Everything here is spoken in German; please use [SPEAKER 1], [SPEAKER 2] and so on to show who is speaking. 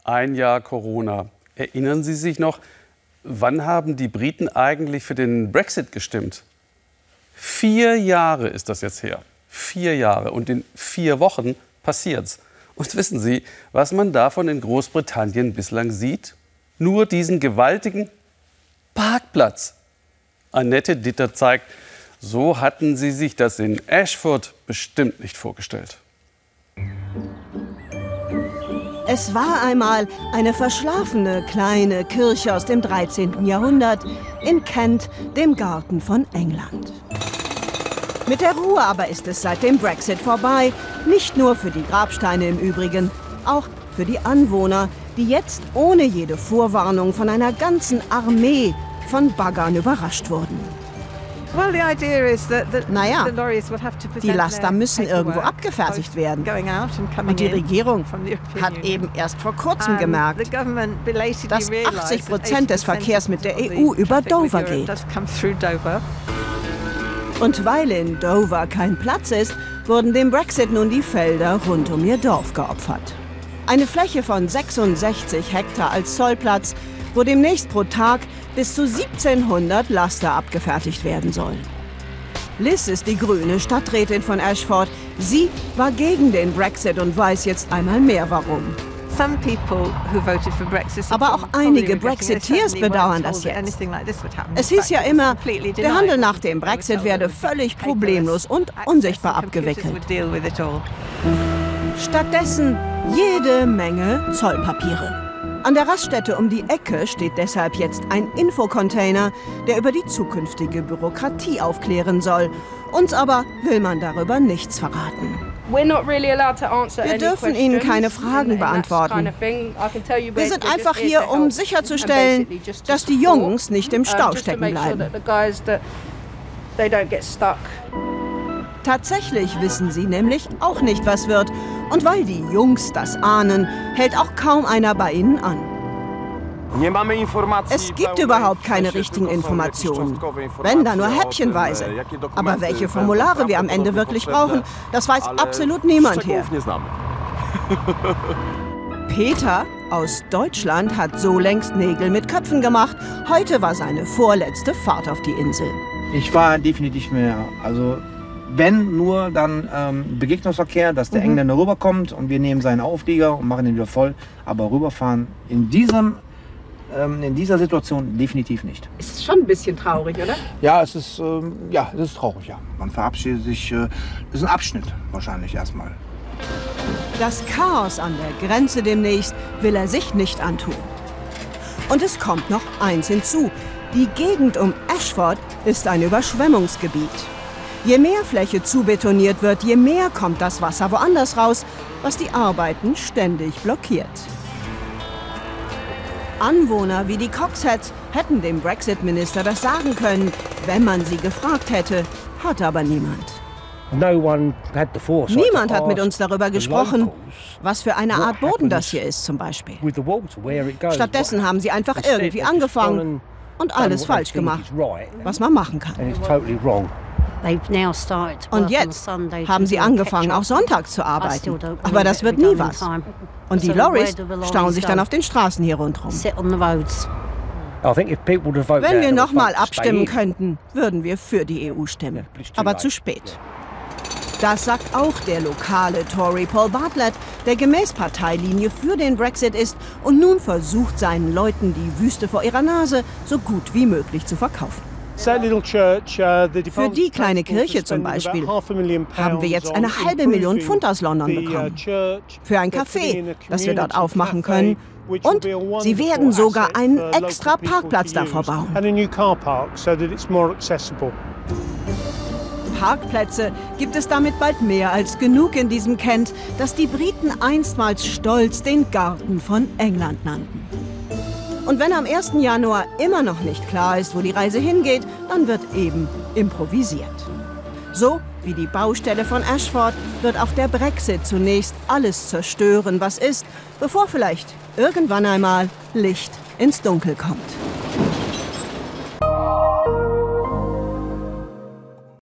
[SPEAKER 1] Ein Jahr Corona. Erinnern Sie sich noch, wann haben die Briten eigentlich für den Brexit gestimmt? 4 Jahre ist das jetzt her. 4 Jahre. Und in 4 Wochen passiert's. Und wissen Sie, was man davon in Großbritannien bislang sieht? Nur diesen gewaltigen Parkplatz. Annette Ditter zeigt, so hatten sie sich das in Ashford bestimmt nicht vorgestellt.
[SPEAKER 2] Es war einmal eine verschlafene kleine Kirche aus dem 13. Jahrhundert in Kent, dem Garten von England. Mit der Ruhe aber ist es seit dem Brexit vorbei, nicht nur für die Grabsteine im Übrigen, auch für die Anwohner, die jetzt ohne jede Vorwarnung von einer ganzen Armee von Baggern überrascht wurden. Naja, die Laster müssen irgendwo abgefertigt werden. Und die Regierung hat eben erst vor kurzem gemerkt, dass 80% des Verkehrs mit der EU über Dover geht. Und weil in Dover kein Platz ist, wurden dem Brexit nun die Felder rund um ihr Dorf geopfert. Eine Fläche von 66 Hektar als Zollplatz, wo demnächst pro Tag bis zu 1700 Laster abgefertigt werden sollen. Liz ist die grüne Stadträtin von Ashford. Sie war gegen den Brexit und weiß jetzt einmal mehr warum. Aber auch einige Brexiteers bedauern das jetzt. Es hieß ja immer, der Handel nach dem Brexit werde völlig problemlos und unsichtbar abgewickelt. Stattdessen jede Menge Zollpapiere. An der Raststätte um die Ecke steht deshalb jetzt ein Infocontainer, der über die zukünftige Bürokratie aufklären soll. Uns aber will man darüber nichts verraten. Wir dürfen Ihnen keine Fragen beantworten. Wir sind einfach hier, um sicherzustellen, dass die Jungs nicht im Stau stecken bleiben. Tatsächlich wissen sie nämlich auch nicht, was wird. Und weil die Jungs das ahnen, hält auch kaum einer bei ihnen an. Es gibt überhaupt keine richtigen Informationen. Wenn, dann nur häppchenweise. Aber welche Formulare wir am Ende wirklich brauchen, das weiß absolut niemand hier. Peter aus Deutschland hat so längst Nägel mit Köpfen gemacht. Heute war seine vorletzte Fahrt auf die Insel.
[SPEAKER 3] Ich fahre definitiv mehr. Also wenn nur, dann Begegnungsverkehr, dass der Engländer rüberkommt und wir nehmen seinen Auflieger und machen ihn wieder voll. Aber rüberfahren in dieser Situation definitiv nicht.
[SPEAKER 2] Es ist schon ein bisschen traurig, oder?
[SPEAKER 3] Ja, es ist traurig, ja. Man verabschiedet sich, das ist ein Abschnitt wahrscheinlich erstmal.
[SPEAKER 2] Das Chaos an der Grenze demnächst will er sich nicht antun. Und es kommt noch eins hinzu. Die Gegend um Ashford ist ein Überschwemmungsgebiet. Je mehr Fläche zubetoniert wird, je mehr kommt das Wasser woanders raus, was die Arbeiten ständig blockiert. Anwohner wie die Coxheads hätten dem Brexit-Minister das sagen können, wenn man sie gefragt hätte, hat aber niemand. Niemand hat mit uns darüber gesprochen, was für eine Art Boden das hier ist zum Beispiel. Stattdessen haben sie einfach irgendwie angefangen und alles falsch gemacht, was man machen kann. Und jetzt haben sie angefangen, auch sonntags zu arbeiten. Aber das wird nie was. Und die Lorries stauen sich dann auf den Straßen hier rundherum. Wenn wir nochmal abstimmen könnten, würden wir für die EU stimmen. Aber zu spät. Das sagt auch der lokale Tory Paul Bartlett, der gemäß Parteilinie für den Brexit ist und nun versucht, seinen Leuten die Wüste vor ihrer Nase so gut wie möglich zu verkaufen. Für die kleine Kirche zum Beispiel haben wir jetzt eine £500.000 Pfund aus London bekommen. Für ein Café, das wir dort aufmachen können. Und sie werden sogar einen extra Parkplatz davor bauen. Parkplätze gibt es damit bald mehr als genug in diesem Kent, das die Briten einstmals stolz den Garten von England nannten. Und wenn am 1. Januar immer noch nicht klar ist, wo die Reise hingeht, dann wird eben improvisiert. So wie die Baustelle von Ashford wird auch der Brexit zunächst alles zerstören, was ist, bevor vielleicht irgendwann einmal Licht ins Dunkel kommt.